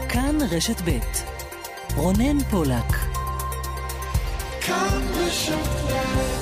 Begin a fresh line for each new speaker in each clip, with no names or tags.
כאן רשת ב' רונן פולק. כאן רשת ב'.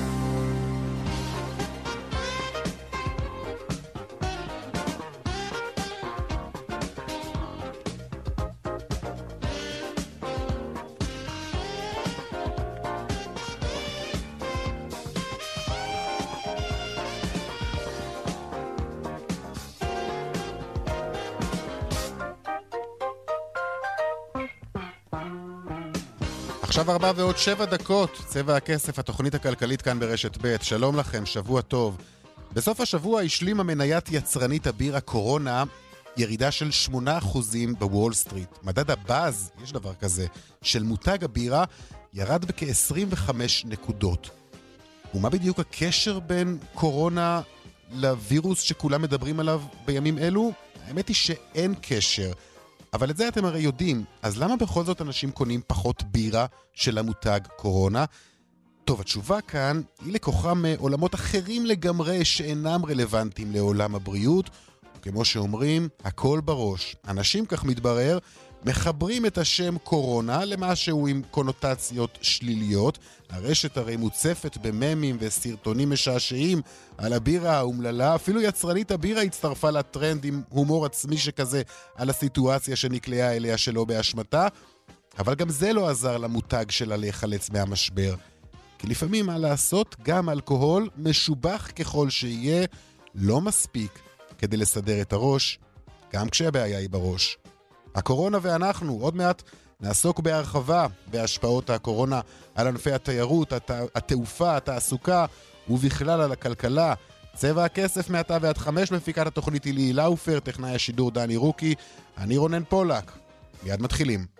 עכשיו 4:07, צבע הכסף, התוכנית הכלכלית כאן ברשת ב'. שלום לכם, שבוע טוב. בסוף השבוע השלימה מניית יצרנית הבירה קורונה ירידה של 8% בוול סטריט. מדד הבאז, יש דבר כזה, של מותג הבירה ירד בכ-25 נקודות. ומה בדיוק הקשר בין קורונה לווירוס שכולם מדברים עליו בימים אלו? האמת היא שאין קשר. אבל את זה אתם הרי יודעים, אז למה בכל זאת אנשים קונים פחות בירה של המותג קורונה? טוב, התשובה כאן היא לקוחה מעולמות אחרים לגמרי שאינם רלוונטיים לעולם הבריאות, וכמו שאומרים, הכל בראש. אנשים, כך מתברר, מחברים את השם קורונה למשהו עם קונוטציות שליליות. הרשת הרי מוצפת בממים וסרטונים משעשעים על הבירה האומללה. אפילו יצרנית הבירה הצטרפה לטרנד עם הומור עצמי שכזה על הסיטואציה שנקלעה אליה שלא באשמתה. אבל גם זה לא עזר למותג שלה להיחלץ מהמשבר. כי לפעמים מה לעשות, גם אלכוהול משובח ככל שיהיה לא מספיק כדי לסדר את הראש, גם כשהבעיה היא בראש. הקורונה ואנחנו, עוד מעט נעסוק בהרחבה בהשפעות הקורונה על ענפי התיירות, התעופה, התעסוקה ובכלל על הכלכלה. צבע הכסף מעתה ועד 5, מפיקת התוכנית ליהי לאופר, טכנאי השידור דני רוקי, אני רונן פולק. מיד מתחילים.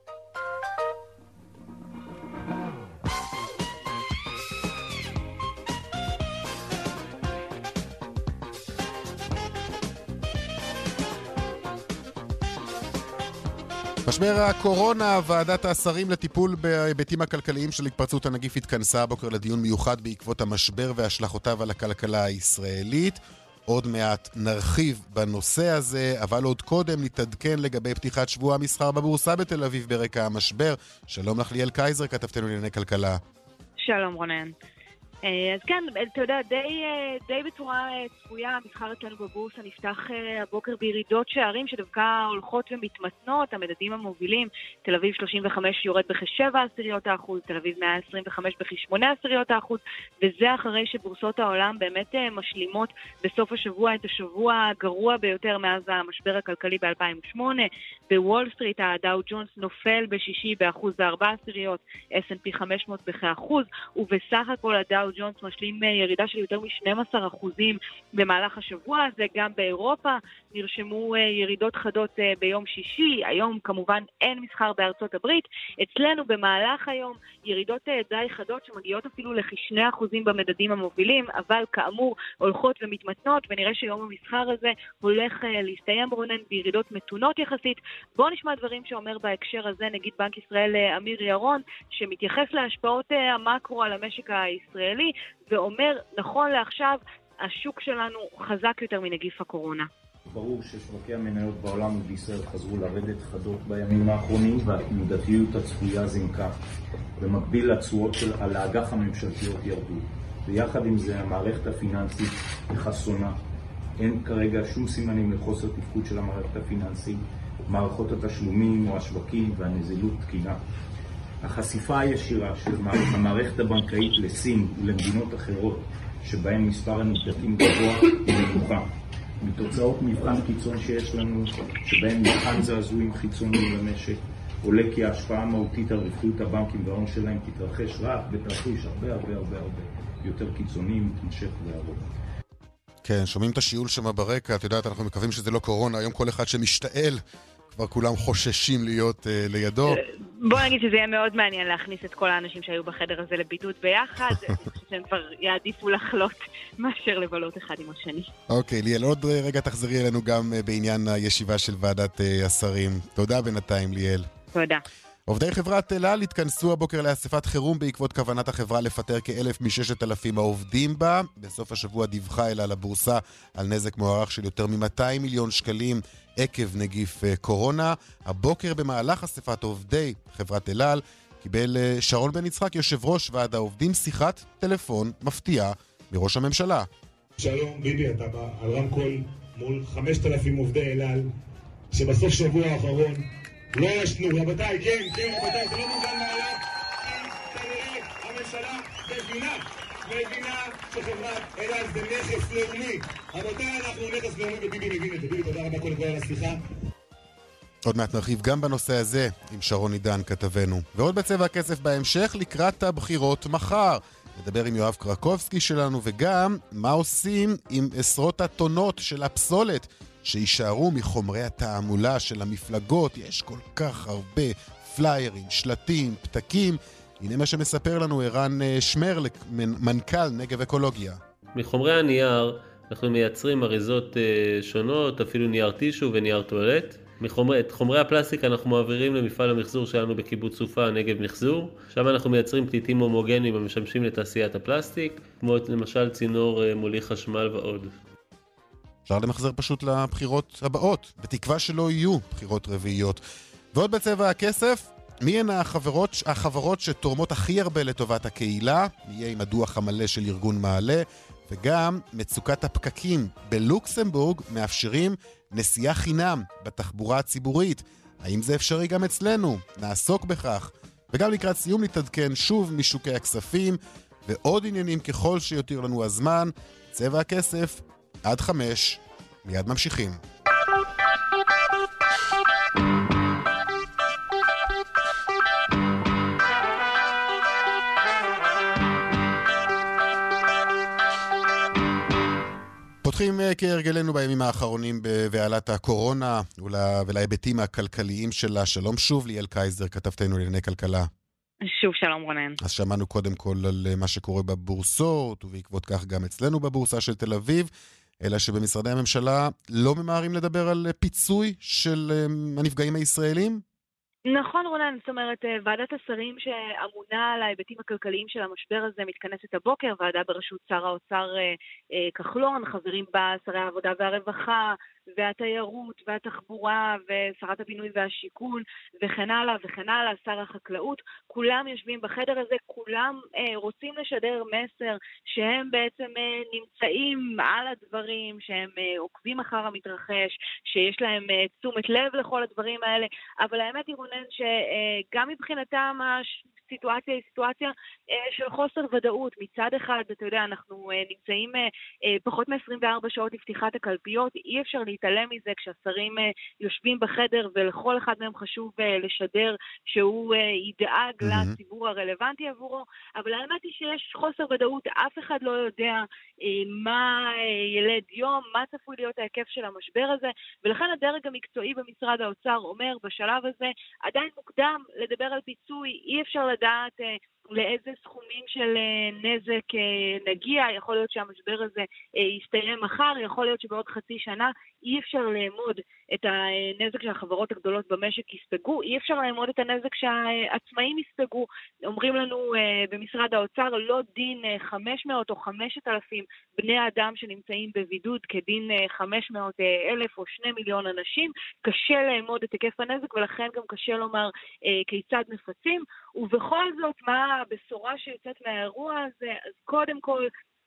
משבר הקורונה, ועדת השרים לטיפול בהיבטים הכלכליים של התפרצות הנגיף התכנסה הבוקר לדיון מיוחד בעקבות המשבר והשלכותיו על הכלכלה הישראלית. עוד מעט נרחיב בנושא הזה, אבל עוד קודם נתעדכן לגבי פתיחת שבוע המסחר בבורסה בתל אביב ברקע המשבר. שלום לך ליאל קייזר, כתבתנו לענייני כלכלה.
שלום רונן. אז כן, אתה יודע, די בצורה צפויה, המסחר אצלנו בבורסה נפתח הבוקר בירידות שערים שדווקא הולכות ומתמתנות. המדדים המובילים, תל אביב 35 יורד בכ-0.7%, תל אביב 125 בכ-0.8%, וזה אחרי שבורסות העולם באמת משלימות בסוף השבוע את השבוע הגרוע ביותר מאז המשבר הכלכלי ב-2008. בוול סטריט הדאו ג'ונס נופל בשישי ב1.4%, S&P 500 בכ-1%, ובסך הכל הדאו ג'ונס משלים ירידה של יותר מ-12% במהלך השבוע הזה. גם באירופה נרשמו ירידות חדות ביום שישי. היום כמובן אין מסחר בארצות הברית. אצלנו במהלך היום ירידות די חדות שמגיעות אפילו לכ-2% במדדים המובילים, אבל כאמור הולכות ומתמתנות, ונראה שיום המסחר הזה הולך להסתיים רונן בירידות מתונות יחסית. בואו נשמע דברים שאומר בהקשר הזה נגיד בנק ישראל אמיר ירון, שמתייחס להשפעות המקרו על המשק הישראלי, ואומר, נכון לעכשיו, השוק שלנו חזק יותר מנגיף הקורונה.
ברור ששווקי המניות בעולם ובישראל חזרו לרדת חדות בימים האחרונים, והתנודתיות הצפויה זינקה. במקביל לתשואות של האג"ח הממשלתיות ירדו. ויחד עם זה, המערכת הפיננסית חסונה. אין כרגע שום סימנים לחוסר תפקוד של המערכת הפיננסית, מערכות התשלומים או השווקים והנזילות תקינה. החשיפה הישירה של המערכת הבנקאית לסין ולמדינות אחרות שבהן מספר הנבדקים גבוה היא נמוכה. מתוצאות מבחן קיצון שיש לנו שבהן מבחן זעזועים חיצוניים למשק, עולה כי ההשפעה המהותית על רווחיות הבנקים וההון שלהם תתרחש רק בתרחיש הרבה יותר קיצוני, מתמשך וארוך.
כן, שומעים את השיעול שם ברקע, את יודעת, אנחנו מקווים שזה לא קורונה, היום כל אחד שמשתעל כבר כולם חוששים להיות לידו.
בוא נגיד שזה יהיה מאוד מעניין להכניס את כל האנשים שהיו בחדר הזה לבידוד ביחד, שהם כבר יעדיפו לחלות מאשר לבלות אחד עם השני.
אוקיי, ליאל, עוד רגע תחזרי אלינו גם בעניין הישיבה של ועדת השרים. תודה בינתיים, ליאל.
תודה.
עובדי חברת אל על התכנסו הבוקר לאספת חירום בעקבות כוונת החברה לפטר כ1,000 מ-6,000 העובדים בה. בסוף השבוע דיווחה אל על הבורסה על נזק מוערך של יותר מ-200 מיליון שקלים עקב נגיף קורונה. הבוקר במהלך אספת עובדי חברת אל על קיבל שרון בן יצחק, יושב ראש ועד העובדים, שיחת טלפון מפתיעה מראש הממשלה.
שלום ביבי, אתה בא על רמקול מול 5,000 עובדי אל על שבסוף שבוע האחרון לא ישנו. רבותיי, כן, רבותיי, זה לא מובן מאליו. כנראה הממשלה מבינה שחברת אל על זה נכס לאומי. רבותיי, אנחנו נכס לאומי וביבי מבין את זה. ביבי, תודה רבה קודם כל על השיחה.
עוד מעט נרחיב גם בנושא הזה עם שרון עידן כתבנו. ועוד בצבע הכסף בהמשך לקראת הבחירות מחר. נדבר עם יואב קרקובסקי שלנו, וגם מה עושים עם עשרות הטונות של הפסולת שישארו מחומרי התעמולה של המפלגות. יש כל כך הרבה פליירים, שלטים, פתקים. הנה מה שמספר לנו ערן שמר, מנכ"ל נגב אקולוגיה.
מחומרי הנייר אנחנו מייצרים אריזות שונות, אפילו נייר טישו ונייר טואלט. את חומרי הפלסטיק אנחנו מעבירים למפעל המחזור שלנו בקיבוץ סופה, נגב מחזור. שם אנחנו מייצרים פליטים הומוגניים המשמשים לתעשיית הפלסטיק, כמו למשל צינור מוליך חשמל ועוד.
אפשר למחזר פשוט לבחירות הבאות, בתקווה שלא יהיו בחירות רביעיות. ועוד בצבע הכסף, מי הן החברות שתורמות הכי הרבה לטובת הקהילה? נהיה עם הדוח המלא של ארגון מעלה, וגם מצוקת הפקקים בלוקסמבורג מאפשרים נסיעה חינם בתחבורה הציבורית. האם זה אפשרי גם אצלנו? נעסוק בכך. וגם לקראת סיום נתעדכן שוב משוקי הכספים, ועוד עניינים ככל שיותיר לנו הזמן. צבע הכסף עד 5, מיד ממשיכים. פותחים כהרגלנו בימים האחרונים בבעלת הקורונה ולהיבטים הכלכליים שלה. שלום שוב ליאל קייזר, כתבתנו לענייני כלכלה.
שוב שלום רונן.
אז שמענו קודם כל על מה שקורה בבורסות, ובעקבות כך גם אצלנו בבורסה של תל אביב, אלא שבמשרדי הממשלה לא ממהרים לדבר על פיצוי של הנפגעים הישראלים?
נכון רונן, זאת אומרת, ועדת השרים שאמונה על ההיבטים הכלכליים של המשבר הזה מתכנסת הבוקר, ועדה בראשות שר האוצר כחלון, חברים בה שרי העבודה והרווחה והתיירות והתחבורה ושרת הבינוי והשיכון וכן הלאה וכן הלאה, שר החקלאות, כולם יושבים בחדר הזה, כולם רוצים לשדר מסר שהם בעצם נמצאים על הדברים, שהם עוקבים אחר המתרחש, שיש להם תשומת לב לכל הדברים האלה, אבל האמת היא רונן שגם מבחינתם הסיטואציה היא סיטואציה של חוסר ודאות. מצד אחד, אתה יודע, אנחנו נמצאים פחות מ-24 שעות לפתיחת הקלפיות, אי אפשר להתעלם מזה כשהשרים יושבים בחדר ולכל אחד מהם חשוב לשדר שהוא ידאג לציבור הרלוונטי עבורו, אבל האמת היא שיש חוסר ודאות, אף אחד לא יודע מה ילד יום, מה צפוי להיות ההיקף של המשבר הזה, ולכן הדרג המקצועי במשרד האוצר אומר בשלב הזה עדיין מוקדם לדבר על פיצוי, אי אפשר לדעת לאיזה סכומים של נזק נגיע, יכול להיות שהמשבר הזה יסתיים מחר, יכול להיות שבעוד חצי שנה אי אפשר לאמוד את הנזק שהחברות הגדולות במשק יספגו, אי אפשר לאמוד את הנזק שהעצמאים יספגו. אומרים לנו במשרד האוצר, לא דין 500 או 5,000 בני אדם שנמצאים בבידוד כדין 500,000 או 2 מיליון אנשים, קשה לאמוד את היקף הנזק ולכן גם קשה לומר כיצד מפצים, ובכל זאת מה הבשורה שיוצאת מהאירוע הזה? אז קודם כל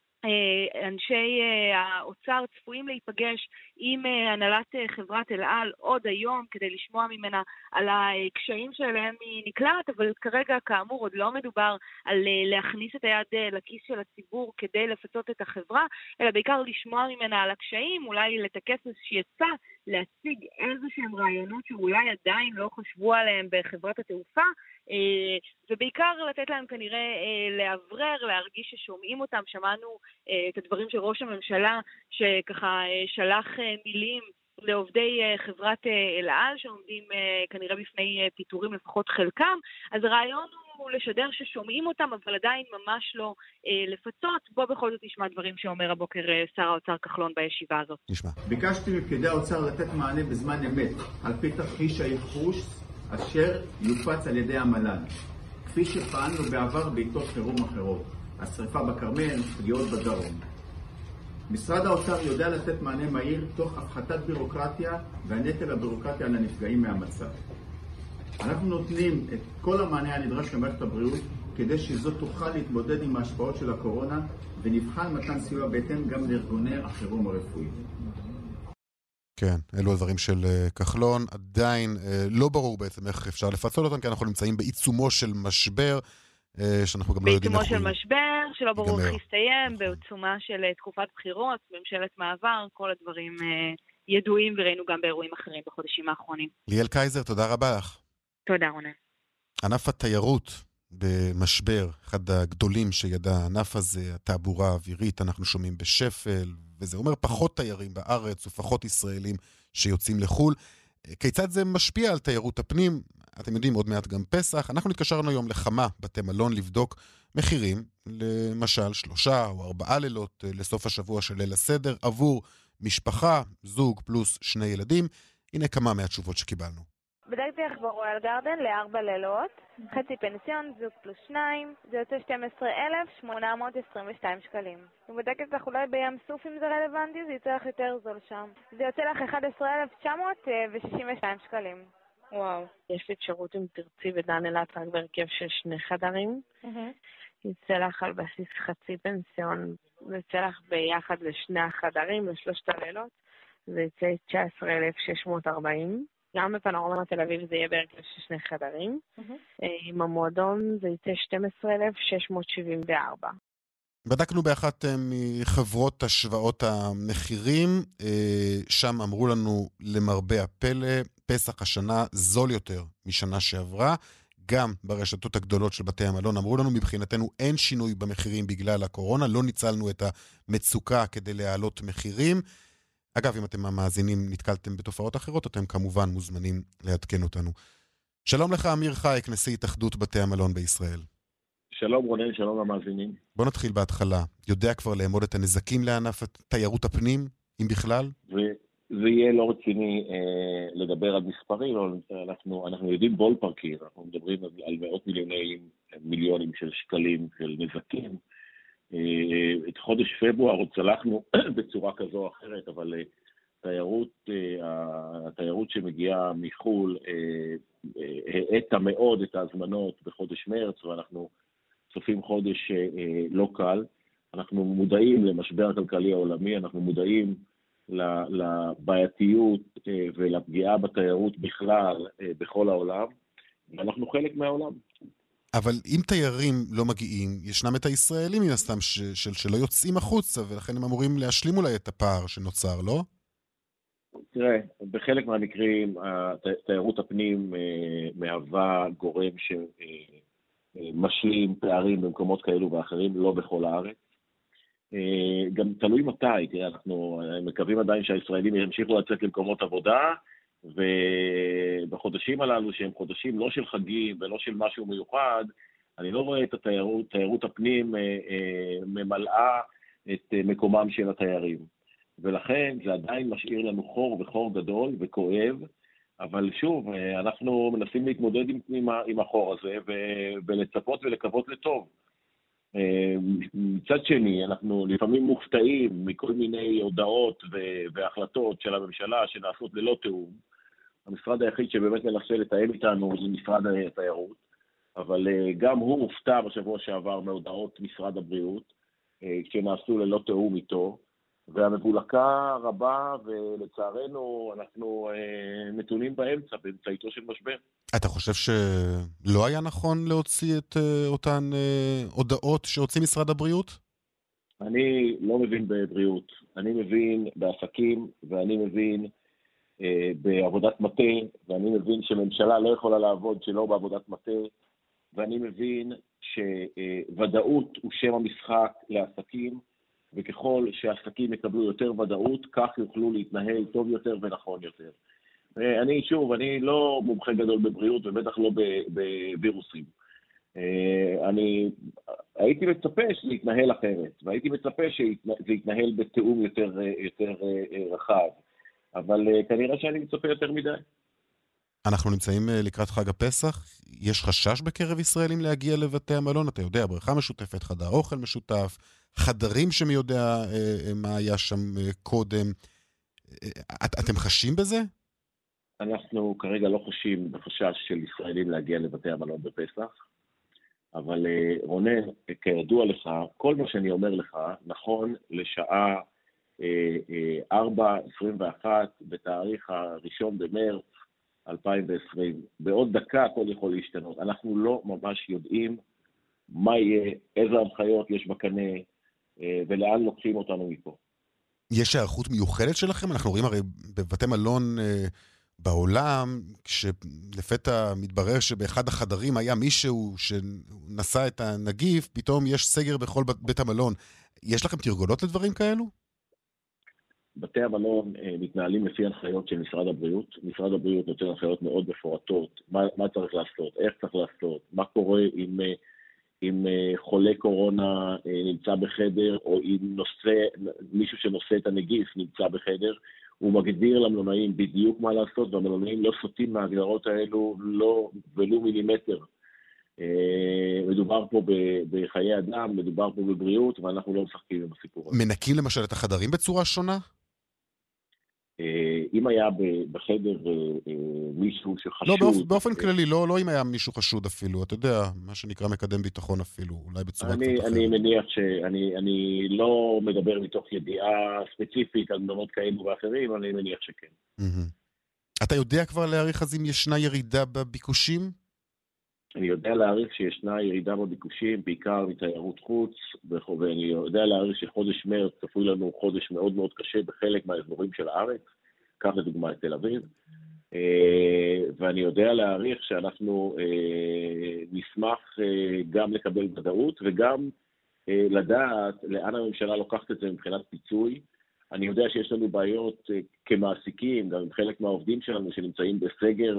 אנשי האוצר צפויים להיפגש עם הנהלת חברת אל על עוד היום כדי לשמוע ממנה על הקשיים שלהם היא נקלעת, אבל כרגע כאמור עוד לא מדובר על להכניס את היד לכיס של הציבור כדי לפצות את החברה, אלא בעיקר לשמוע ממנה על הקשיים, אולי לתקס איזושהי עצה, להציג איזה שהם רעיונות שאולי עדיין לא חשבו עליהם בחברת התעופה, ובעיקר לתת להם כנראה לעברר, להרגיש ששומעים אותם. שמענו את הדברים של ראש הממשלה שככה שלח מילים לעובדי חברת אל על שעומדים כנראה בפני פיטורים לפחות חלקם, אז הרעיון הוא לשדר ששומעים אותם אבל עדיין ממש לא לפצות. בוא בכל זאת נשמע דברים שאומר הבוקר שר האוצר כחלון בישיבה הזאת.
נשמע.
ביקשתי מפקידי האוצר לתת מענה בזמן אמת על פי תרחיש הייחוס אשר יופץ על ידי המל"ל, כפי שפעלנו בעבר בעיתות חירום אחרות, השריפה בכרמל, פגיעות בדרום. משרד האוצר יודע לתת מענה מהיר תוך הפחתת בירוקרטיה והנטל הבירוקרטיה על הנפגעים מהמצב. אנחנו נותנים את כל המענה הנדרש למערכת הבריאות כדי שזו תוכל להתמודד עם ההשפעות של הקורונה, ונבחן מתן סיוע בהתאם גם לארגוני החירום הרפואי.
כן, אלו הדברים של כחלון. עדיין לא ברור בעצם איך אפשר לפצות אותם, כי אנחנו נמצאים בעיצומו של משבר, שאנחנו גם לא יודעים איך הוא...
בעיצומו של משבר, שלא ברור איך יסתיים, בעיצומה של תקופת בחירות, ממשלת מעבר, כל הדברים ידועים, וראינו גם באירועים אחרים בחודשים האחרונים.
ליאל קייזר, תודה רבה לך.
תודה, רונן.
ענף התיירות במשבר, אחד הגדולים שידע הענף הזה, התעבורה האווירית, אנחנו שומעים בשפל, וזה אומר פחות תיירים בארץ ופחות ישראלים שיוצאים לחול. כיצד זה משפיע על תיירות הפנים? אתם יודעים, עוד מעט גם פסח. אנחנו התקשרנו היום לכמה בתי מלון לבדוק מחירים, למשל 3 או 4 לילות לסוף השבוע של ליל הסדר, עבור משפחה, זוג פלוס 2 ילדים. הנה כמה מהתשובות שקיבלנו.
בדקתי לך ברואל גרדן ל4 לילות, חצי פנסיון, זוג פלוס 2, זה יוצא 12,822 שקלים. אם בדקת לך אולי בים סוף אם זה רלוונטי, זה יוצא לך יותר זול שם. זה יוצא לך 11,962 שקלים.
וואו, יש לי אפשרות אם תרצי ודן אלת רק בהרכב של 2 חדרים. יוצא לך על בסיס חצי פנסיון, זה יוצא לך ביחד ל2 החדרים, ל3 הלילות, זה יוצא 19,640. גם בפנורמה תל אביב זה יהיה בהרכב של 2 חדרים. עם המועדון זה יצא 12,674.
בדקנו באחת מחברות השוואות המחירים, שם אמרו לנו למרבה הפלא, פסח השנה זול יותר משנה שעברה, גם ברשתות הגדולות של בתי המלון אמרו לנו, מבחינתנו אין שינוי במחירים בגלל הקורונה, לא ניצלנו את המצוקה כדי להעלות מחירים. אגב, אם אתם המאזינים נתקלתם בתופעות אחרות, אתם כמובן מוזמנים לעדכן אותנו. שלום לך אמיר חייק, נשיא התאחדות בתי המלון בישראל.
שלום רונן, שלום למאזינים.
בוא נתחיל בהתחלה. יודע כבר לאמוד את הנזקים לענף תיירות הפנים, אם בכלל?
זה יהיה לא רציני לדבר על מספרים, אבל אנחנו יודעים בולפרקי, אנחנו מדברים על מאות מיליונים של שקלים של נזקים. את חודש פברואר עוד צלחנו בצורה כזו או אחרת, אבל התיירות שמגיעה מחול העטה מאוד את ההזמנות בחודש מרץ, ואנחנו צופים חודש לא קל. אנחנו מודעים למשבר הכלכלי העולמי, אנחנו מודעים לבעייתיות ולפגיעה בתיירות בכלל בכל העולם, ואנחנו חלק מהעולם.
אבל אם תיירים לא מגיעים, ישנם את הישראלים מן הסתם שלא יוצאים החוצה, ולכן הם אמורים להשלים אולי את הפער שנוצר, לא?
תראה, בחלק מהמקרים תיירות הפנים מהווה גורם שמשלים פערים במקומות כאלו ואחרים, לא בכל הארץ. גם תלוי מתי, תראה, אנחנו מקווים עדיין שהישראלים ימשיכו לצאת למקומות עבודה, ובחודשים הללו שהם חודשים לא של חגים ולא של משהו מיוחד, אני לא רואה את תיירות הפנים ממלאה את מקומם של התיירים. ולכן זה עדיין משאיר לנו חור וחור גדול וכואב, אבל שוב, אנחנו מנסים להתמודד עם החור הזה ולצפות ולקוות לטוב. מצד שני, אנחנו לפעמים מופתעים מכל מיני הודעות והחלטות של הממשלה שנעשות ללא תיאום. המשרד היחיד שבאמת מנסה לתאם איתנו זה משרד התיירות, אבל גם הוא מופתע בשבוע שעבר מהודעות משרד הבריאות, שנעשו ללא תיאום איתו, והמבולקה רבה, ולצערנו אנחנו נתונים באמצעיתו של משבר.
אתה חושב שלא היה נכון להוציא את אותן הודעות שהוציא משרד הבריאות?
אני לא מבין בבריאות, אני מבין בעסקים, ואני מבין בעבודת מטה, ואני מבין שממשלה לא יכולה לעבוד שלא בעבודת מטה, ואני מבין שוודאות הוא שם המשחק לעסקים, וככל שהעסקים יקבלו יותר ודאות, כך יוכלו להתנהל טוב יותר ונכון יותר. אני לא מומחה גדול בבריאות, ובטח לא בווירוסים. אני הייתי מצפה להתנהל אחרת, והייתי מצפה שזה יתנהל בתיאום יותר רחב, אבל כנראה שאני מצפה יותר מדי.
אנחנו נמצאים לקראת חג הפסח. יש חשש בקרב ישראלים להגיע לבתי המלון? אתה יודע, בריכה משותפת, חדר אוכל משותף, חדרים שמי יודע מה היה שם קודם. אתם חשים בזה?
אנחנו כרגע לא חשים בחשש של ישראלים להגיע לבתי המלון בפסח, אבל רונן, כידוע לך, כל מה שאני אומר לך נכון לשעה 4:21 בתאריך הראשון במרץ 2020. בעוד דקה הכל יכול להשתנות. אנחנו לא ממש יודעים מה יהיה, איזה הנחיות יש בקנה ולאן לוקחים אותנו מפה.
יש הערכות מיוחדת שלכם? אנחנו רואים הרי בבתי מלון בעולם, כשלפתע מתברר שבאחד החדרים היה מישהו שנשא את הנגיף, פתאום יש סגר בכל בית המלון. יש לכם תרגולות לדברים כאלו?
בתי המלון מתנהלים לפי הנחיות של משרד הבריאות. משרד הבריאות נותן הנחיות מאוד מפורטות, מה צריך לעשות, איך צריך לעשות, מה קורה אם חולה קורונה נמצא בחדר, או אם מישהו שנושא את הנגיף נמצא בחדר. הוא מגדיר למלונאים בדיוק מה לעשות, והמלונאים לא סוטים מההגדרות האלו, לא ולו מילימטר. מדובר פה בחיי אדם, מדובר פה בבריאות, ואנחנו לא משחקים עם הסיפור הזה.
מנקים למשל את החדרים בצורה שונה?
אם היה בחדר מישהו שחשוד...
לא, באופן כללי, לא אם היה מישהו חשוד אפילו, אתה יודע, מה שנקרא מקדם ביטחון אפילו, אולי בצורה קצת אחרת.
אני מניח שאני לא מדבר מתוך ידיעה ספציפית על מלונות כאלו ואחרים, אני מניח שכן.
אתה יודע כבר להעריך אז אם ישנה ירידה בביקושים?
אני יודע להעריך שישנה ירידה בביקושים, בעיקר מתיירות חוץ, ואני יודע להעריך שחודש מרץ צפוי לנו חודש מאוד מאוד קשה בחלק מהאזורים של הארץ, כך לדוגמה את תל אביב, ואני יודע להעריך שאנחנו נשמח גם לקבל ודאות, וגם לדעת לאן הממשלה לוקחת את זה מבחינת פיצוי. אני יודע שיש לנו בעיות כמעסיקים, גם עם חלק מהעובדים שלנו שנמצאים בסגר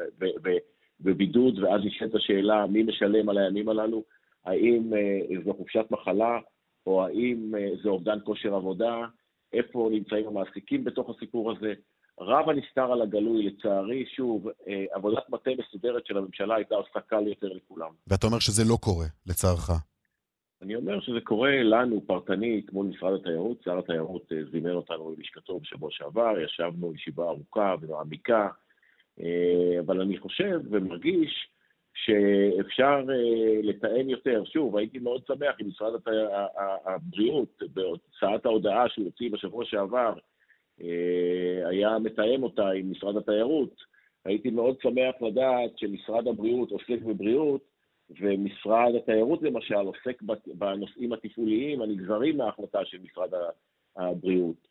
בבידוד, ואז נשאלת השאלה מי משלם על הימים הללו, האם זו חופשת מחלה, או האם זה אובדן כושר עבודה, איפה נמצאים המעסיקים בתוך הסיפור הזה. רב הנסתר על הגלוי, לצערי, שוב, עבודת מטה מסודרת של הממשלה הייתה עושה קל יותר לכולם.
ואתה אומר שזה לא קורה, לצערך.
אני אומר שזה קורה לנו פרטנית מול משרד התיירות. שר התיירות זימן אותנו ללשכתו בשבוע שעבר, ישבנו ישיבה ארוכה ומעמיקה, אבל אני חושב ומרגיש שאפשר לתאם יותר. שוב, הייתי מאוד שמח עם משרד הבריאות, בהוצאת ההודעה שהוא הוציא בשבוע שעבר, היה מתאם אותה עם משרד התיירות. הייתי מאוד שמח לדעת שמשרד הבריאות עוסק בבריאות, ומשרד התיירות למשל עוסק בנושאים התפעוליים הנגזרים מההחלטה של משרד הבריאות.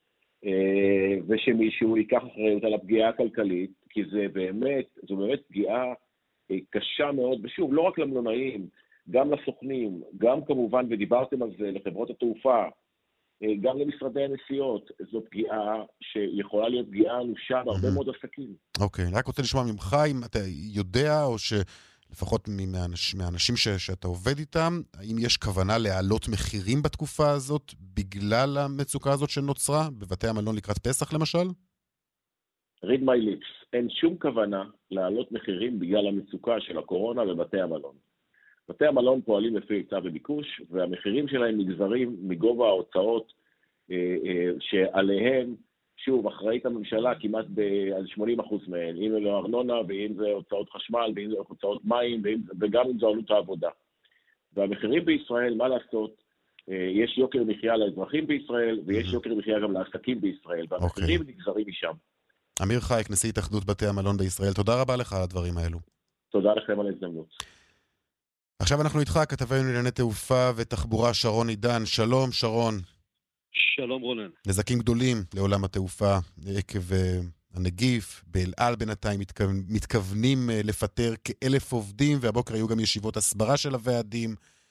ושמישהו ייקח אחריות על הפגיעה הכלכלית, כי זו באמת פגיעה קשה מאוד, ושוב, לא רק למלונאים, גם לסוכנים, גם כמובן, ודיברתם על זה, לחברות התעופה, גם למשרדי הנסיעות. זו פגיעה שיכולה להיות פגיעה אנושה בהרבה מאוד עסקים.
אוקיי, אני רק רוצה לשמוע ממך, אם אתה יודע, או שלפחות מהאנשים שאתה עובד איתם, האם יש כוונה להעלות מחירים בתקופה הזאת, בגלל המצוקה הזאת שנוצרה, בבתי המלון לקראת פסח למשל?
read my lips, אין שום כוונה להעלות מחירים בגלל המצוקה של הקורונה בבתי המלון. בתי המלון פועלים לפי היצע וביקוש, והמחירים שלהם נגזרים מגובה ההוצאות שעליהם, שוב, אחראית הממשלה כמעט על 80% מהן, אם זה לא ארנונה, ואם זה הוצאות חשמל, ואם זה הוצאות מים, וגם אם זה עלות העבודה. והמחירים בישראל, מה לעשות? יש יוקר מחיה לאזרחים בישראל, ויש יוקר מחיה גם לעסקים בישראל, והמחירים נגזרים משם.
אמיר חייק, נשיא התאחדות בתי המלון בישראל, תודה רבה לך על הדברים האלו.
תודה לכם על ההזדמנות.
עכשיו אנחנו איתך, כתבנו לענייני תעופה ותחבורה שרון עידן. שלום שרון.
שלום רונן.
נזקים גדולים לעולם התעופה עקב הנגיף. באל על בינתיים מתכוונים לפטר כ1,000 עובדים, והבוקר היו גם ישיבות הסברה של הוועדים.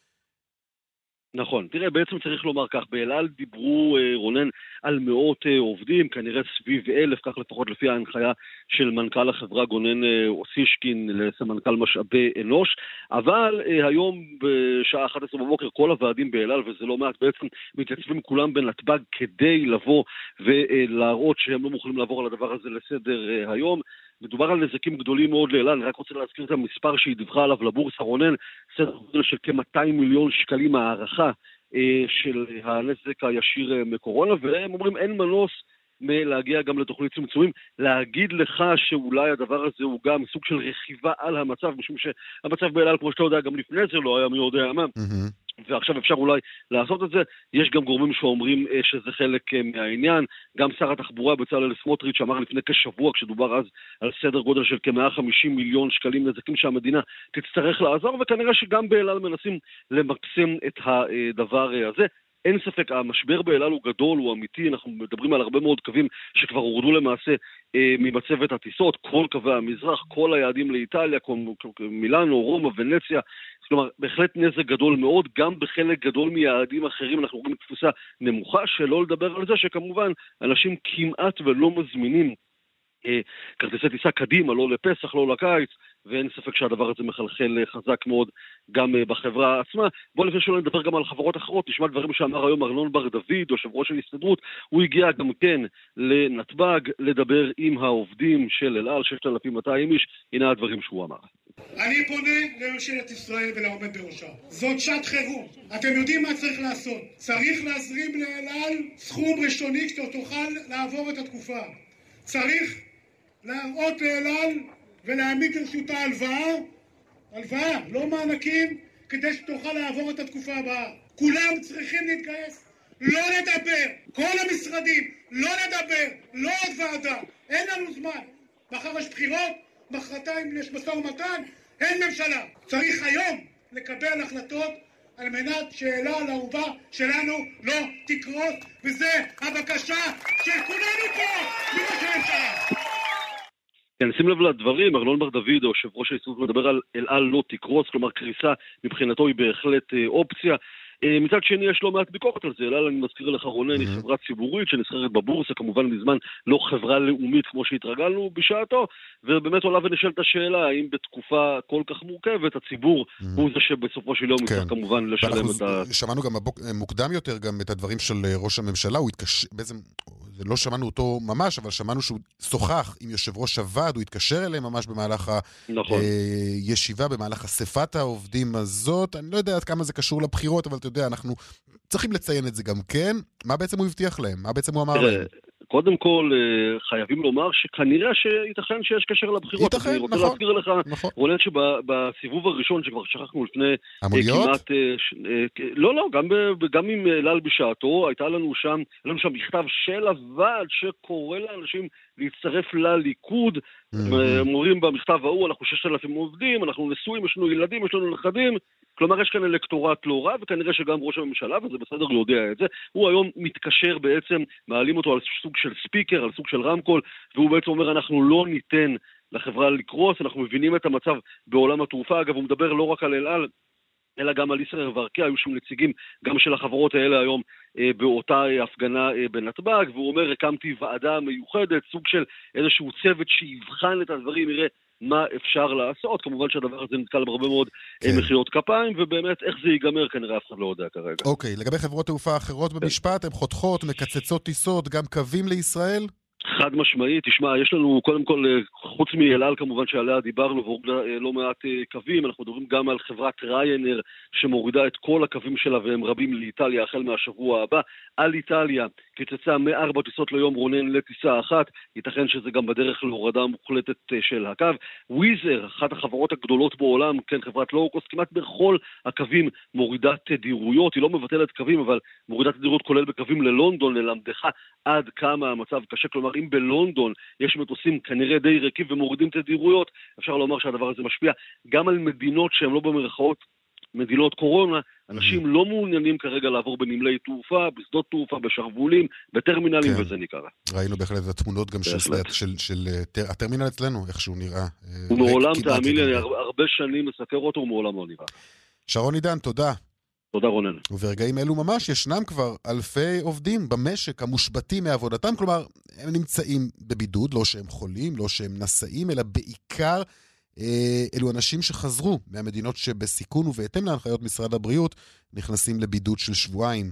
נכון, תראה, בעצם צריך לומר כך, באל על דיברו, רונן, על מאות עובדים, כנראה סביב 1,000, כך לפחות לפי ההנחיה של מנכ"ל החברה גונן אוסישקין לסמנכ"ל משאבי אנוש, אבל היום בשעה 11 בבוקר כל הוועדים באל על, וזה לא מעט, בעצם מתייצבים כולם בנתב"ג כדי לבוא ולהראות שהם לא מוכנים לעבור על הדבר הזה לסדר היום. מדובר על נזקים גדולים מאוד לאל על. אני רק רוצה להזכיר את המספר שהיא דיווחה עליו לבורסה, רונן, סדר גודל של כ-200 מיליון שקלים הערכה של הנזק הישיר מקורונה, והם אומרים אין מנוס מלהגיע גם לתוכנית צמצומים. להגיד לך שאולי הדבר הזה הוא גם סוג של רכיבה על המצב, משום שהמצב באל על, כמו שאתה יודע, גם לפני זה לא היה מי יודע מה. ועכשיו אפשר אולי לעשות את זה. יש גם גורמים שאומרים שזה חלק מהעניין. גם שר התחבורה בצלאל סמוטריץ' אמר לפני כשבוע, כשדובר אז על סדר גודל של כ-150 מיליון שקלים נזקים שהמדינה תצטרך לעזור, וכנראה שגם באל על מנסים למקסם את הדבר הזה. אין ספק, המשבר באל על הוא גדול, הוא אמיתי, אנחנו מדברים על הרבה מאוד קווים שכבר הורדו למעשה ממצבת הטיסות, כל קווי המזרח, כל היעדים לאיטליה, מילאנו, רומא, ונציה, כלומר, בהחלט נזק גדול מאוד, גם בחלק גדול מיעדים אחרים אנחנו רואים תפוסה נמוכה, שלא לדבר על זה שכמובן אנשים כמעט ולא מזמינים כרטיסי טיסה קדימה, לא לפסח, לא לקיץ, ואין ספק שהדבר הזה מחלחל חזק מאוד גם בחברה עצמה. בואו לפני שלא נדבר גם על חברות אחרות, נשמע דברים שאמר היום ארנון בר דוד, יושב ראש של הסתדרות, הוא הגיע גם כן לנתב"ג לדבר עם העובדים של אל על, 6,200 איש, הנה הדברים שהוא אמר.
אני פונה לממשלת ישראל ולעומד בראשה. זאת שעת חירום. אתם יודעים מה צריך לעשות. צריך להזרים לאל על סכום ראשוני שתוכל לעבור את התקופה. צריך להראות לאל על ולהעמיד לרשותה הלוואה, לא מענקים, כדי שתוכל לעבור את התקופה הבאה. כולם צריכים להתגייס, לא לדבר, כל המשרדים, לא לדבר, לא עוד ועדה, אין לנו זמן. מחר יש בחירות, מחרתיים יש משא ומתן, אין ממשלה. צריך היום לקבל החלטות על מנת שאל על האהובה שלנו לא תקרוס, וזה הבקשה של כולנו פה, מראש הממשלה.
כן, שים לב לדברים, ארנון בר דוד, יושב ראש ההסתדרות, מדבר על אל על לא תקרוס, כלומר קריסה מבחינתו היא בהחלט אופציה. מצד שני יש לא מעט ביקורת על זה. אל על, אני מזכיר לך רונן, היא חברה ציבורית שנסחרת בבורסה, כמובן מזמן לא חברה לאומית כמו שהתרגלנו בשעתו, ובאמת עולה ונשאלת השאלה האם בתקופה כל כך מורכבת הציבור הוא זה שבסופו של יום יצטרך כמובן לשלם את ה...
שמענו גם מוקדם יותר גם את הדברים של ראש הממשלה, הוא התקשר, בעצם לא שמענו אותו ממש, אבל שמענו שהוא שוחח עם יושב ראש הוועד, הוא התקשר אליהם ממש במהלך הישיבה, במהלך אספת העובדים הזאת. אני לא יודע עד כמה זה קשור לבחירות, אבל אתה יודע, אנחנו צריכים לציין את זה גם כן. מה בעצם הוא הבטיח להם? מה בעצם הוא אמר להם?
קודם כל, חייבים לומר שכנראה שייתכן שיש קשר לבחירות.
ייתכן,
אני רוצה להזכיר לך, רונן, שבסיבוב הראשון שכבר שכחנו לפני...
המוניות?
לא, גם עם אל על בשעתו, היה לנו שם מכתב של הוועד שקורא לאנשים להצטרף לליכוד. אומרים במכתב ההוא, אנחנו 6,000 עובדים, אנחנו נשואים, יש לנו ילדים, יש לנו נכדים. כלומר, יש כאן אלקטורט לא רע, וכנראה שגם ראש הממשלה, וזה בסדר יודע את זה, הוא היום מתקשר בעצם, מעלים אותו על סוג של ספיקר, על סוג של רמקול, והוא בעצם אומר, אנחנו לא ניתן לחברה לקרוס, אנחנו מבינים את המצב בעולם התעופה. אגב, הוא מדבר לא רק על אל על, אלא גם על ישראייר וארקיע, היו שם נציגים גם של החברות האלה היום באותה הפגנה בנתב"ג, והוא אומר, הקמתי ועדה מיוחדת, סוג של איזשהו צוות שיבחן את הדברים, יראה מה אפשר לעשות. כמובן שהדבר הזה נתקל בהרבה מאוד מחיאות כפיים, ובאמת איך זה ייגמר כנראה אף אחד לא יודע כרגע.
אוקיי, לגבי חברות תעופה אחרות במשפט, הן חותכות, מקצצות טיסות, גם קווים לישראל?
חד משמעית, תשמע, יש לנו קודם כל, חוץ מאל על כמובן שעליה דיברנו, והורידה לא מעט קווים, אנחנו מדברים גם על חברת ריינר שמורידה את כל הקווים שלה והם רבים לאיטליה החל מהשבוע הבא. על איטליה קיצצה 4 טיסות ליום רונן לטיסה אחת, ייתכן שזה גם בדרך להורדה מוחלטת של הקו. וויזר, אחת החברות הגדולות בעולם, כן, חברת לואו-קוסט, כמעט בכל הקווים מורידה תדירויות, היא לא מבטלת קווים, אבל מורידה תדירויות כולל בקווים ללונדון, ללמדך עד כמה המצב קשה. כלומר, אם בלונדון יש מטוסים כנראה די ריקים ומורידים תדירויות, אפשר לומר שהדבר הזה משפיע גם על מדינות שהן לא במרכאות מדינות קורונה. אנשים לא מעוניינים כרגע לעבור בנמלי תעופה, בשדות תעופה, בשרבולים, בטרמינלים, וזה ניכר.
ראינו בהחלט את התמונות גם של הטרמינל אצלנו, איך שהוא נראה.
הוא מעולם, תאמין לי, הרבה שנים מסקר אותו, הוא מעולם לא נראה.
שרון עידן, תודה.
תודה רונן.
וברגעים אלו ממש ישנם כבר אלפי עובדים במשק המושבתים מעבודתם, כלומר הם נמצאים בבידוד, לא שהם חולים, לא שהם נשאים, אלא בעיקר אלו אנשים שחזרו מהמדינות שבסיכון ובהתאם להנחיות משרד הבריאות נכנסים לבידוד של שבועיים.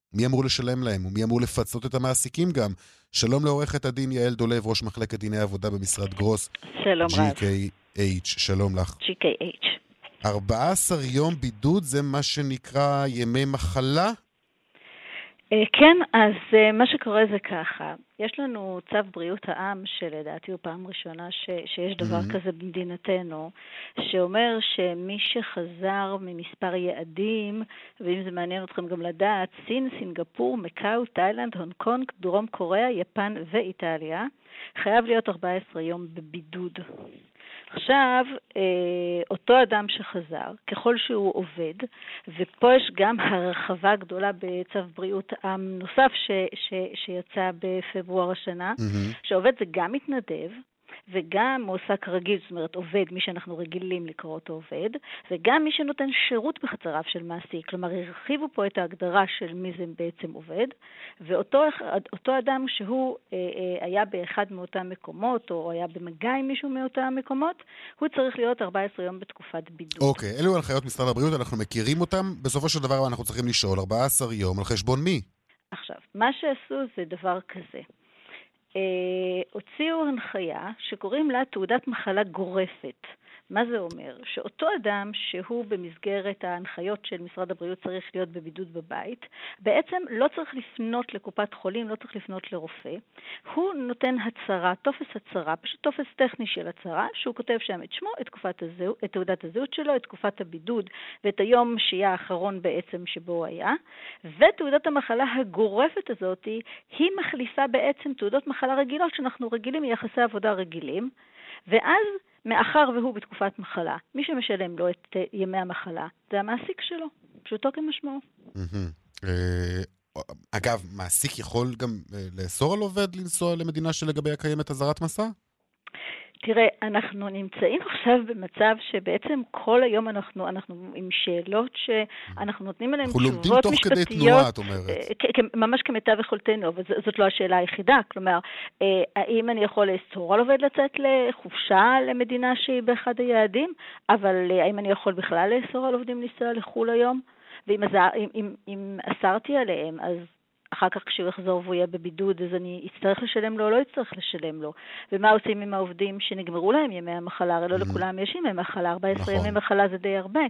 מי אמור לשלם להם, ומי אמור לפצות את המעסיקים גם? שלום לעורכת הדין יעל דולב, ראש מחלקת דיני עבודה במשרד גרוס.
שלום רב.
GKH, שלום לך.
GKH.
14 יום בידוד זה מה שנקרא ימי מחלה?
כן, אז מה שקורה זה ככה, יש לנו צו בריאות העם שלדעתי הוא פעם ראשונה שיש דבר כזה במדינתנו, שאומר שמי שחזר ממספר יעדים, ואם זה מעניין אתכם גם לדעת, סין, סינגפור, מקאו, תאילנד, הונג קונג, דרום קוריאה, יפן ואיטליה, חייב להיות 14 יום בבידוד. עכשיו, אותו אדם שחזר, ככל שהוא עובד, ופה יש גם הרחבה גדולה בצו בריאות העם נוסף שיצא בפברואר השנה, שעובד זה גם מתנדב, וגם מועסק רגיל, זאת אומרת עובד, מי שאנחנו רגילים לקרוא אותו עובד, וגם מי שנותן שירות בחצריו של מעסיק, כלומר הרחיבו פה את ההגדרה של מי זה בעצם עובד, ואותו אדם שהוא היה באחד מאותם מקומות, או היה במגע עם מישהו מאותם מקומות, הוא צריך להיות 14 יום בתקופת בידוד.
אוקיי, אלו הנחיות משרד הבריאות, אנחנו מכירים אותם, בסופו של דבר אנחנו צריכים לשאול, 14 יום על חשבון מי?
עכשיו, מה שעשו זה דבר כזה. הוציאו הנחיה שקוראים לה תעודת מחלה גורפת. מה זה אומר? שאותו אדם שהוא במסגרת ההנחיות של משרד הבריאות צריך להיות בבידוד בבית, בעצם לא צריך לפנות לקופת חולים, לא צריך לפנות לרופא. הוא נותן הצהרה, טופס הצהרה, פשוט טופס טכני של הצהרה, שהוא כותב שם את שמו, את תעודת הזהות שלו, את תקופת הבידוד ואת היום שיהיה האחרון בעצם שבו הוא היה. ותעודת המחלה הגורפת הזאת היא מחליפה בעצם תעודות מחלה רגילות שאנחנו רגילים מיחסי עבודה רגילים, ואז מאחר והוא בתקופת מחלה, מי שמשלם לו את ימי המחלה, זה המעסיק שלו, פשוטו כמשמעו.
אגב, מעסיק יכול גם לאסור על עובד לנסוע למדינה שלגביה קיימת אזהרת מסע?
תראה, אנחנו נמצאים עכשיו במצב שבעצם כל היום אנחנו עם שאלות שאנחנו נותנים עליהן תשובות משפטיות, ממש כמיטב יכולתנו, אבל זאת לא השאלה היחידה. כלומר, האם אני יכול לאסור על עובד לצאת לחופשה למדינה שהיא באחד היעדים, אבל האם אני יכול בכלל לאסור על עובדים לנסוע לחול היום? ואם אסרתי עליהם, אז אחר כך כשהוא יחזור והוא יהיה בבידוד, אז אני אצטרך לשלם לו או לא אצטרך לשלם לו. ומה עושים עם העובדים שנגמרו להם ימי המחלה? הרי לא לכולם יש ימי מחלה, 14 ימי מחלה זה די הרבה.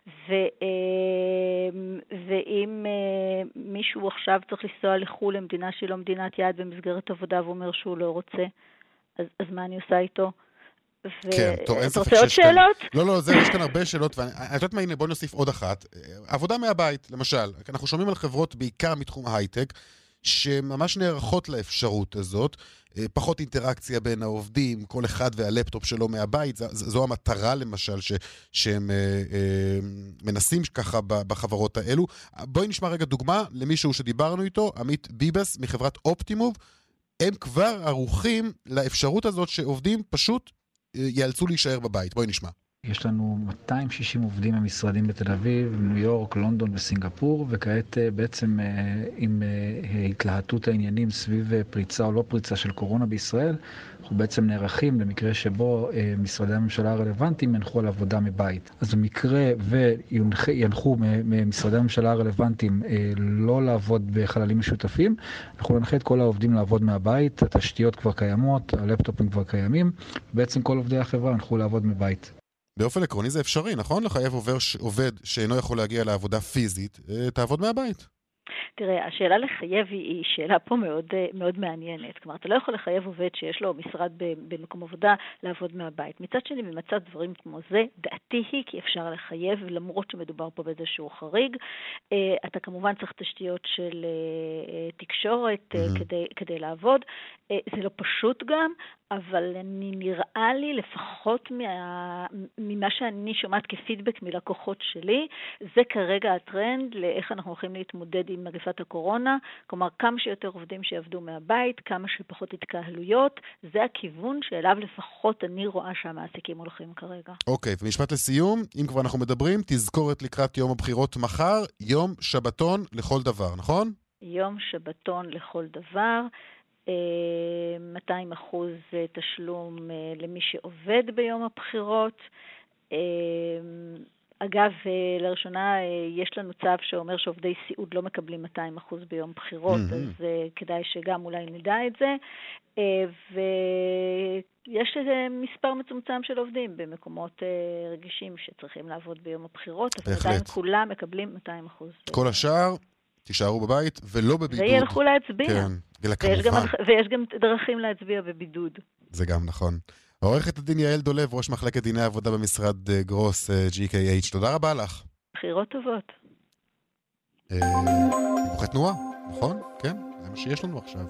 ואם מישהו עכשיו צריך לנסוע לחו"ל למדינה שהיא לא מדינת יעד במסגרת עבודה ואומר שהוא לא רוצה, אז מה אני עושה איתו?
כן, טוב, אין ספק
שיש כאן...
לא, יש כאן הרבה שאלות, ואני יודעת מה, הנה, בוא נוסיף עוד אחת. עבודה מהבית, למשל. אנחנו שומעים על חברות בעיקר מתחום ההייטק, שממש נערכות לאפשרות הזאת, פחות אינטראקציה בין העובדים, כל אחד והלפטופ שלו מהבית, זו המטרה למשל שהם מנסים ככה בחברות האלו. בואי נשמע רגע דוגמה למישהו שדיברנו איתו, עמית ביבס מחברת אופטימוב, הם כבר ערוכים לאפשרות הזאת שעובדים פשוט יאלצו להישאר בבית. בואי נשמע.
יש לנו 260 עובדים במשרדים בתל אביב, ניו יורק, לונדון וסינגפור, וכעת בעצם עם התלהטות העניינים סביב פריצה או לא פריצה של קורונה בישראל, אנחנו בעצם נערכים למקרה שבו משרדי הממשלה הרלוונטיים ינחו על עבודה מבית. אז במקרה וינחו ממשרדי הממשלה הרלוונטיים לא לעבוד בחללים משותפים, אנחנו ננחה את כל העובדים לעבוד מהבית, התשתיות כבר קיימות, הלפטופים כבר קיימים, בעצם כל עובדי החברה ינחו לעבוד מבית.
באופן עקרוני זה אפשרי, נכון? לחייב עובד שאינו יכול להגיע לעבודה פיזית, תעבוד מהבית.
תראה, השאלה לחייב היא שאלה פה מאוד, מאוד מעניינת. כלומר, אתה לא יכול לחייב עובד שיש לו משרד במקום עבודה לעבוד מהבית. מצד שני, במצב דברים כמו זה, דעתי היא כי אפשר לחייב, למרות שמדובר פה באיזשהו חריג. אתה כמובן צריך תשתיות של תקשורת כדי לעבוד. זה לא פשוט גם, אבל נראה לי לפחות ממה שאני שומעת כפידבק מלקוחות שלי, זה כרגע הטרנד לאיך אנחנו הולכים להתמודד עם מגפת הקורונה, כלומר כמה שיותר עובדים שיעבדו מהבית, כמה שפחות התקהלויות, זה הכיוון שאליו לפחות אני רואה שהמעסיקים הולכים כרגע.
אוקיי, ומשפט לסיום, אם כבר אנחנו מדברים, תזכורת לקראת יום הבחירות מחר, יום שבתון לכל דבר, נכון?
יום שבתון לכל דבר. 200% תשלום למי שעובד ביום הבחירות. אגב, לראשונה יש לנו צו שאומר שעובדי סיעוד לא מקבלים 200% ביום בחירות, אז כדאי שגם אולי נדע את זה. ויש מספר מצומצם של עובדים במקומות רגישים שצריכים לעבוד ביום הבחירות, אבל עדיין כולם מקבלים 200%.
כל השאר תישארו בבית ולא בבידוד.
וילכו להצביע.
כן,
ויש גם דרכים להצביע בבידוד.
זה גם נכון. עורכת הדין יעל דולב, ראש מחלקת דיני עבודה במשרד גרוס GKH, תודה רבה לך.
בחירות טובות.
דיווחי תנועה, נכון? כן, זה מה שיש לנו עכשיו.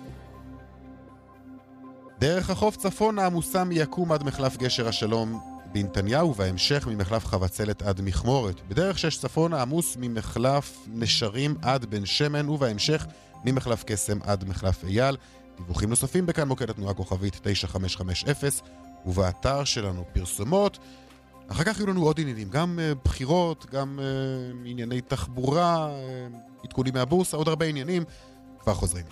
דרך החוף צפונה עמוסה מיקום עד מחלף גשר השלום בנתניהו, ובהמשך ממחלף חבצלת עד מכמורת. בדרך 6 צפונה עמוס ממחלף נשרים עד בן שמן, ובהמשך ממחלף קסם עד מחלף אייל. דיווחים נוספים בכאן מוקד התנועה כוכבית 9550, ובאתר שלנו פרסומות. אחר כך יהיו לנו עוד עניינים, גם בחירות, גם ענייני תחבורה, עדכונים מהבורסה, עוד הרבה עניינים. כבר חוזרים.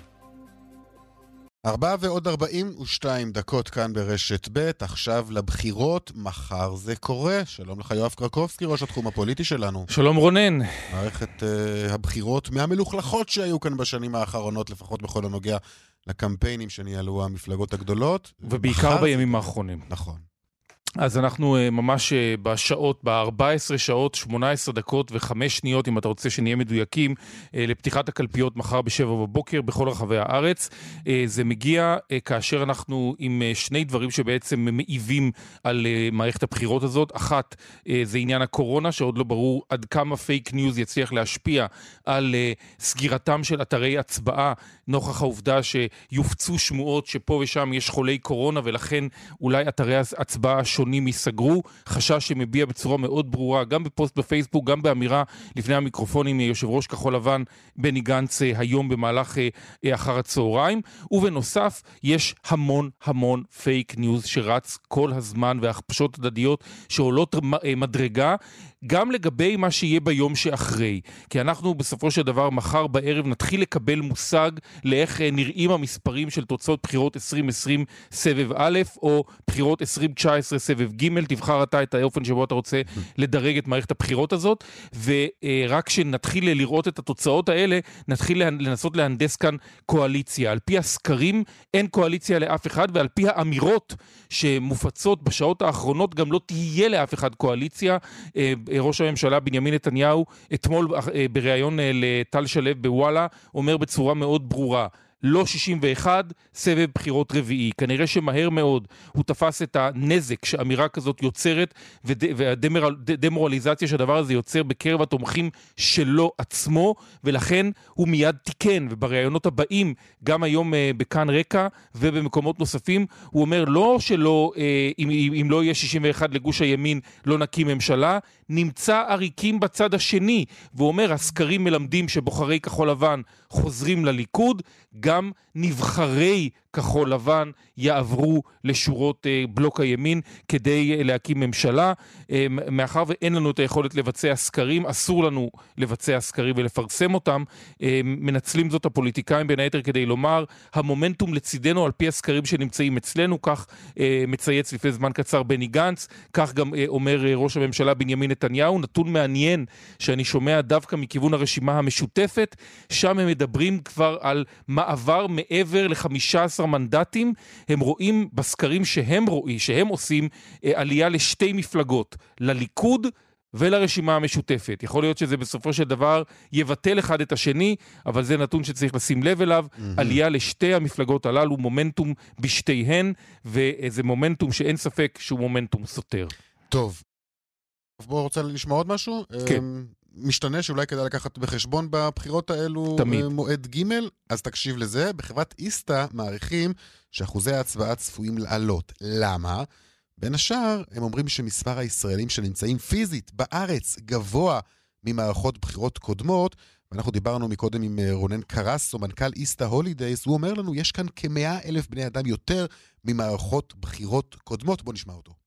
4:42 כאן ברשת ב', עכשיו לבחירות, מחר זה קורה. שלום לך יואב קרקובסקי, ראש התחום הפוליטי שלנו.
שלום רונן.
מערכת הבחירות מהמלוכלכות שהיו כאן בשנים האחרונות, לפחות בכל הנוגע לקמפיינים שניהלו המפלגות הגדולות.
ובעיקר בימים האחרונים.
נכון.
אז אנחנו ממש בשעות, ב-14 שעות, 18 דקות ו5 שניות, אם אתה רוצה שנהיה מדויקים, לפתיחת הקלפיות מחר ב7 בבוקר בכל רחבי הארץ. זה מגיע כאשר אנחנו עם שני דברים שבעצם מעיבים על מערכת הבחירות הזאת. אחת, זה עניין הקורונה, שעוד לא ברור עד כמה פייק ניוז יצליח להשפיע על סגירתם של אתרי הצבעה, נוכח העובדה שיופצו שמועות שפה ושם יש חולי קורונה, ולכן אולי אתרי הצבעה שונים ייסגרו. חשש שמביע בצורה מאוד ברורה, גם בפוסט בפייסבוק, גם באמירה לפני המיקרופונים יושב ראש כחול לבן בני גנץ היום במהלך אחר הצהריים. ובנוסף, יש המון פייק ניוז שרץ כל הזמן, והכפשות הדדיות שעולות מדרגה, גם לגבי מה שיהיה ביום שאחרי. כי אנחנו בסופו של דבר מחר בערב נתחיל לקבל מושג לאיך נראים המספרים של תוצאות בחירות 2020 סבב א' או בחירות 2019 סבב ג'. תבחר אתה את האופן שבו אתה רוצה לדרג את מערכת הבחירות הזאת, ורק שנתחיל לראות את התוצאות האלה, נתחיל לנסות להנדס כאן קואליציה. על פי הסקרים אין קואליציה לאף אחד, ועל פי האמירות שמופצות בשעות האחרונות גם לא תהיה לאף אחד קואליציה. ראש הממשלה בנימין נתניהו אתמול בריאיון לטל שלו בוואלה אומר בצורה מאוד ברורה, לא 61, סבב בחירות רביעי. כנראה שמהר מאוד הוא תפס את הנזק שאמירה כזאת יוצרת, והדמורליזציה שהדבר הזה יוצר בקרב התומכים שלו עצמו, ולכן הוא מיד תיקן, ובראיונות הבאים, גם היום בכאן רקע ובמקומות נוספים, הוא אומר לא שלא, אם לא יהיה 61 לגוש הימין, לא נקים ממשלה, נמצא עריקים בצד השני, והוא אומר, הסקרים מלמדים שבוחרי כחול לבן חוזרים לליכוד, גם נבחרי כחול לבן יעברו לשורות בלוק הימין כדי להקים ממשלה. מאחר ואין לנו את היכולת לבצע סקרים, אסור לנו לבצע סקרים ולפרסם אותם, מנצלים זאת הפוליטיקאים בין היתר כדי לומר, המומנטום לצידנו על פי הסקרים שנמצאים אצלנו, כך מצייץ לפני זמן קצר בני גנץ, כך גם אומר ראש הממשלה בנימין נתניהו. נתון מעניין שאני שומע דווקא מכיוון הרשימה המשותפת, שם הם מדברים כבר על מעבר מעבר ל-15 מנדטים. הם רואים בסקרים שהם עושים עלייה לשתי מפלגות, לליכוד ולרשימה המשותפת. יכול להיות שזה בסופו של דבר יבטל אחד את השני, אבל זה נתון שצריך לשים לב אליו. עלייה לשתי המפלגות הללו, מומנטום בשתיהן, וזה מומנטום שאין ספק שהוא מומנטום סותר.
טוב. בואו רוצה לשמוע עוד משהו?
כן.
משתנה שאולי כדאי לקחת בחשבון בבחירות האלו
תמיד.
מועד ג', אז תקשיב לזה. בחברת איסטה מעריכים שאחוזי ההצבעה צפויים לעלות. למה? בין השאר, הם אומרים שמספר הישראלים שנמצאים פיזית בארץ גבוה ממערכות בחירות קודמות, ואנחנו דיברנו מקודם עם רונן קרסו, מנכ"ל איסטה הולידייס, הוא אומר לנו, יש כאן כ100,000 בני אדם יותר ממערכות בחירות קודמות. בוא נשמע אותו.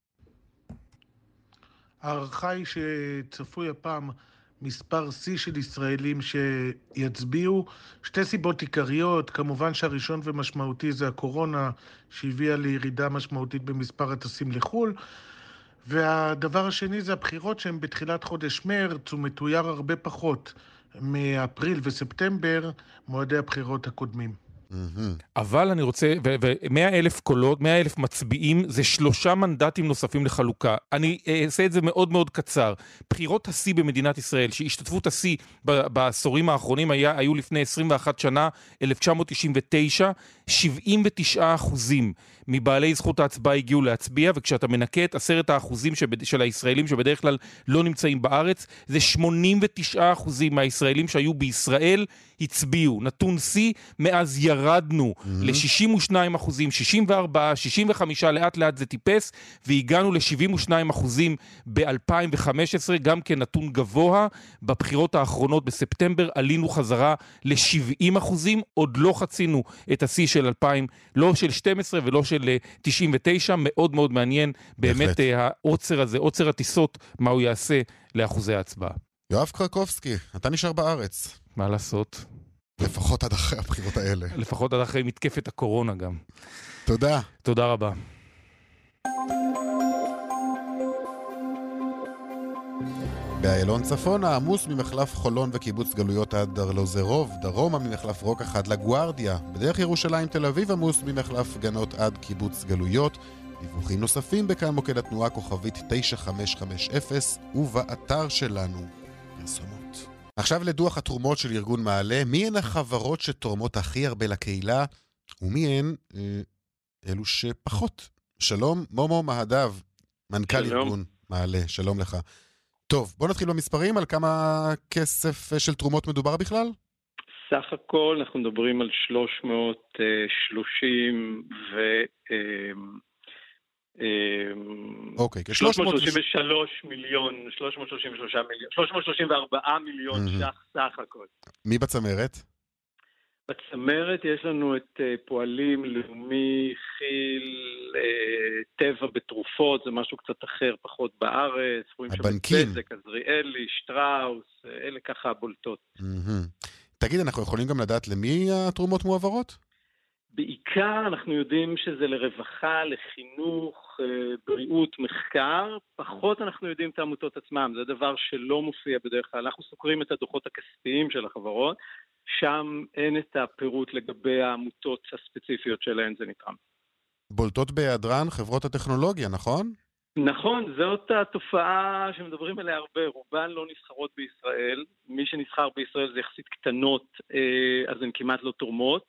הערכה היא שצפוי הפעם מספר C של ישראלים שיצביעו. שתי סיבות עיקריות, כמובן שהראשון ומשמעותי זה הקורונה, שהביאה לירידה משמעותית במספר הטסים לחול, והדבר השני זה הבחירות שהן בתחילת חודש מרץ, ומתויר הרבה פחות מאפריל וספטמבר, מועדי הבחירות הקודמים.
אבל אני רוצה, ו100,000 קולות, 100,000 מצביעים, זה 3 מנדטים נוספים לחלוקה. אני אעשה את זה מאוד מאוד קצר. בחירות השיא במדינת ישראל, שהשתתפות השיא בעשורים האחרונים היו לפני 21 שנה, 1999, 79% מבעלי זכות ההצבעה הגיעו להצביע, וכשאתה מנקה את 10% של הישראלים שבדרך כלל לא נמצאים בארץ, זה 89% מהישראלים שהיו בישראל הצביעו. נתון שיא, מאז ירדנו ל-62%, 64, 65, לאט לאט זה טיפס, והגענו ל-72% ב-2015, גם כנתון גבוה. בבחירות האחרונות בספטמבר עלינו חזרה ל-70%, עוד לא חצינו את השיא של 2000, לא של 12 ולא של 99, מאוד מאוד מעניין באמת העוצר הזה, עוצר הטיסות, מה הוא יעשה לאחוזי ההצבעה.
יואב קרקובסקי, אתה נשאר בארץ.
מה לעשות?
לפחות עד אחרי הבחירות האלה.
לפחות עד אחרי מתקפת הקורונה גם.
תודה.
תודה רבה.
באיילון צפונה, עמוס ממחלף חולון וקיבוץ גלויות עד ארלוזרוב, דרומה ממחלף רוקח עד לגוארדיה, בדרך ירושלים תל אביב עמוס ממחלף גנות עד קיבוץ גלויות. דיווחים נוספים בכאן מוקד התנועה כוכבית 9550 ובאתר שלנו פרסומות. עכשיו לדוח התרומות של ארגון מעלה, מי הן החברות שתורמות הכי הרבה לקהילה ומי הן אלו שפחות. שלום, מומו מהדב, מנכ"ל ארגון מעלה, שלום לך. טוב, בוא נתחיל במספרים, על כמה כסף של תרומות מדובר בכלל?
סך הכל אנחנו מדברים על 330
אוקיי,
333 מיליון, 334 מיליון ש"ח סך הכל.
מי בצמרת?
בצמרת יש לנו את פועלים, לאומי, חיל, טבע בתרופות, זה משהו קצת אחר, פחות בארץ.
הבנקים.
בזק, עזריאלי, שטראוס, אלה ככה הבולטות.
תגיד, אנחנו יכולים גם לדעת למי התרומות מועברות?
בעיקר אנחנו יודעים שזה לרווחה, לחינוך, בריאות, מחקר. פחות אנחנו יודעים את העמותות עצמם. זה דבר שלא מופיע בדרך כלל. אנחנו סוקרים את הדוחות הכספיים של החברות. שם אין את הפירוט לגבי העמותות הספציפיות שלהן, זה נקרא.
בולטות בהיעדרן חברות הטכנולוגיה, נכון?
נכון, זאת התופעה שמדברים עליה הרבה. רובן לא נסחרות בישראל. מי שנסחר בישראל זה יחסית קטנות, אז הן כמעט לא תורמות.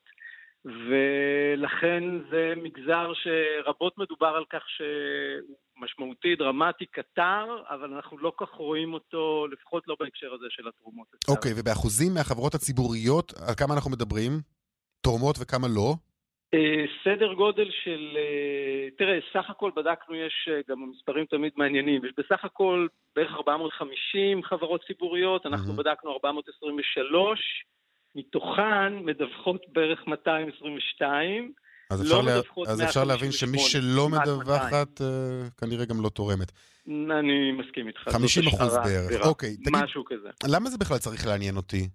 ולכן זה מגזר שרבות מדובר על כך שמשמעותי, דרמטי, קטר, אבל אנחנו לא כך רואים אותו, לפחות לא בהקשר הזה של התרומות.
אוקיי, ובאחוזים מהחברות הציבוריות, על כמה אנחנו מדברים? תורמות וכמה לא?
סדר גודל של, תראה, סך הכל בדקנו, יש גם מספרים תמיד מעניינים, יש בסך הכל בערך 450 חברות ציבוריות, אנחנו בדקנו 423, מתוכן מדווחות בערך 222,
אז אפשר להבין שמי שלא מדווחת כנראה גם לא תורמת.
אני מסכים איתך.
50% בערך. אוקיי, תגיד,
משהו כזה.
למה זה בכלל צריך לעניין אותי?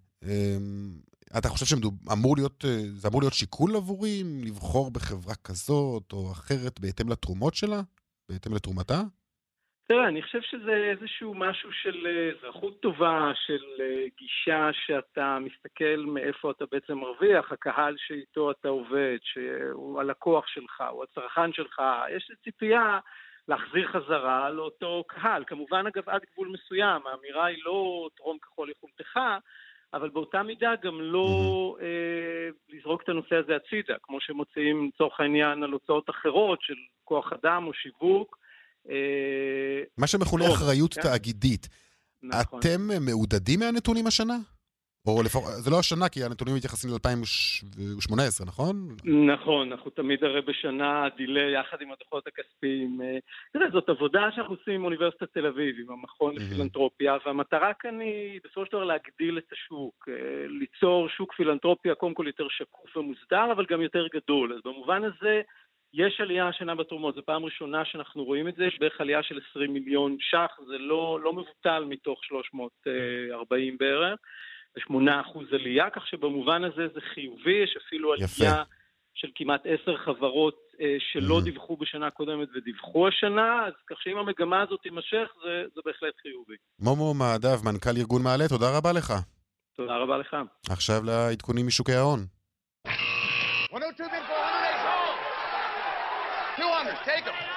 אתה חושב שזה אמור להיות שיקול עבורי לבחור בחברה כזאת או אחרת בהתאם לתרומות שלה? בהתאם לתרומתה?
תראה, אני חושב שזה איזשהו משהו של אזרחות טובה, של גישה שאתה מסתכל מאיפה אתה בעצם מרוויח, הקהל שאיתו אתה עובד, שהוא הלקוח שלך, הוא הצרכן שלך, יש ציפייה להחזיר חזרה לאותו קהל. כמובן, אגב, עד גבול מסוים, האמירה היא לא תרום ככל יכולתך, אבל באותה מידה גם לא לזרוק את הנושא הזה הצידה, כמו שמוצאים לצורך העניין על הוצאות אחרות של כוח אדם או שיווק,
מה שמכונה אחריות תאגידית. אתם מעודדים מהנתונים השנה? או זה לא השנה, כי הנתונים מתייחסים ל-2018, נכון?
נכון, אנחנו תמיד הרי בשנה דילי יחד עם הדוחות הכספיים. תראה, זאת עבודה שאנחנו עושים עם אוניברסיטת תל אביב, עם המכון לפילנטרופיה, והמטרה כאן היא בסופו של דבר להגדיל את השוק, ליצור שוק פילנטרופיה קודם כל יותר שקוף ומוסדר, אבל גם יותר גדול. אז במובן הזה יש עלייה השנה בתרומות, זו פעם ראשונה שאנחנו רואים את זה, יש בערך עלייה של 20 מיליון ש"ח, זה לא מבוטל מתוך 340 בערך, 8% עלייה, כך שבמובן הזה זה חיובי, יש אפילו עלייה של כמעט 10 חברות שלא דיווחו בשנה קודמת ודיווחו השנה, אז כך שאם המגמה הזאת תימשך, זה בהחלט חיובי.
מומו מעדב, מנכ"ל ארגון מעלה, תודה רבה לך.
תודה רבה לך.
עכשיו לעדכונים משוקי ההון.
102 bid for 100, 200, take them.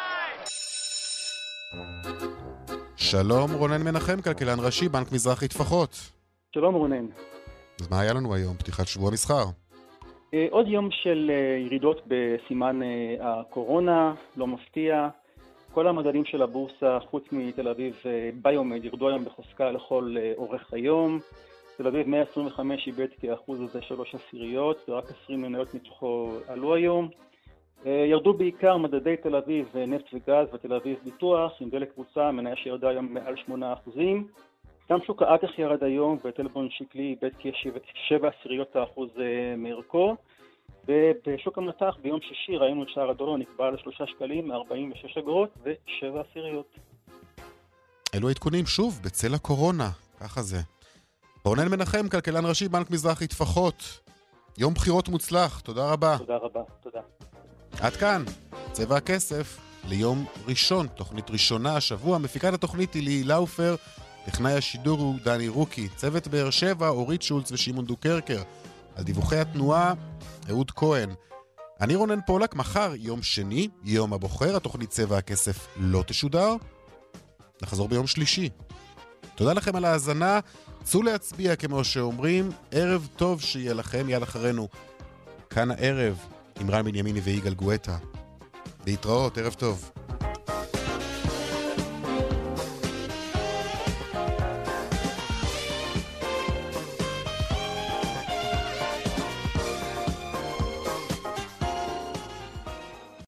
שלום, רונן מנחם, כלכלן ראשי, בנק מזרחי טפחות.
שלום רונן.
אז מה היה לנו היום? פתיחת שבוע מסחר.
עוד יום של ירידות בסימן הקורונה, לא מפתיע. כל המדדים של הבורסה, חוץ מתל אביב ביומד, ירדו היום בחוזקה לכל אורך היום. תל אביב 125 איבד כאחוז הזה 0.3, ורק 20 מניות מתוכו עלו היום. ירדו בעיקר מדדי תל אביב נפט וגז ותל אביב ביטוח, עם דלק קבוצה, מניה שירדה היום מעל 8%. גם שוק האג"ח ירד היום, וטלפון שקלי איבד כ7/10% מערכו. ובשוק המנתח ביום שישי ראינו את שער הדולר נקבע על 3 שקלים, 46 אגורות ו7/10.
אלו העדכונים שוב בצל הקורונה, ככה זה. רונן מנחם, כלכלן ראשי, בנק מזרחי טפחות. יום בחירות מוצלח, תודה רבה.
תודה רבה, תודה.
עד כאן, צבע הכסף, ליום ראשון, תוכנית ראשונה השבוע. מפיקת התוכנית היא ליהי לאופר, טכנאי השידור הוא דני רוקי, צוות באר שבע, אורית שולץ ושמעון דוקרקר. על דיווחי התנועה, אהוד כהן. אני רונן פולק, מחר יום שני, יום הבוחר, התוכנית צבע הכסף לא תשודר. נחזור ביום שלישי. תודה לכם על ההאזנה, צאו להצביע כמו שאומרים, ערב טוב שיהיה לכם, יאללה אחרינו. כאן הערב, עם רן בנימיני ויגאל גואטה. להתראות, ערב טוב.